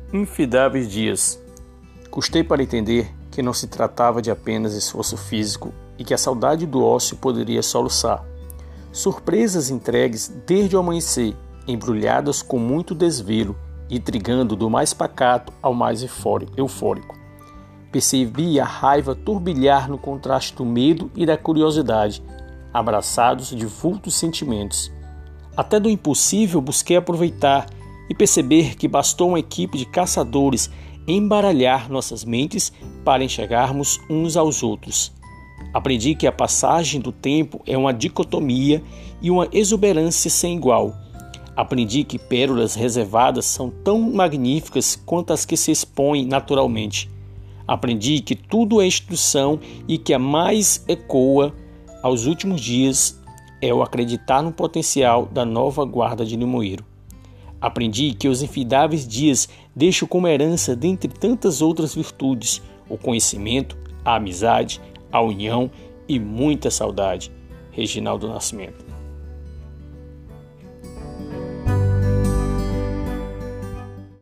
Infidáveis dias. Custei para entender que não se tratava de apenas esforço físico e que a saudade do ócio poderia soluçar. Surpresas entregues desde o amanhecer, embrulhadas com muito desvelo, intrigando do mais pacato ao mais eufórico. Percebi a raiva turbilhar no contraste do medo e da curiosidade, abraçados de vultos sentimentos. Até do impossível busquei aproveitar e perceber que bastou uma equipe de caçadores embaralhar nossas mentes para enxergarmos uns aos outros. Aprendi que a passagem do tempo é uma dicotomia e uma exuberância sem igual. Aprendi que pérolas reservadas são tão magníficas quanto as que se expõem naturalmente. Aprendi que tudo é instrução e que a mais ecoa aos últimos dias é o acreditar no potencial da nova guarda de Limoeiro. Aprendi que os infidáveis dias deixam como herança, dentre tantas outras virtudes, o conhecimento, a amizade, a união e muita saudade. Reginaldo Nascimento.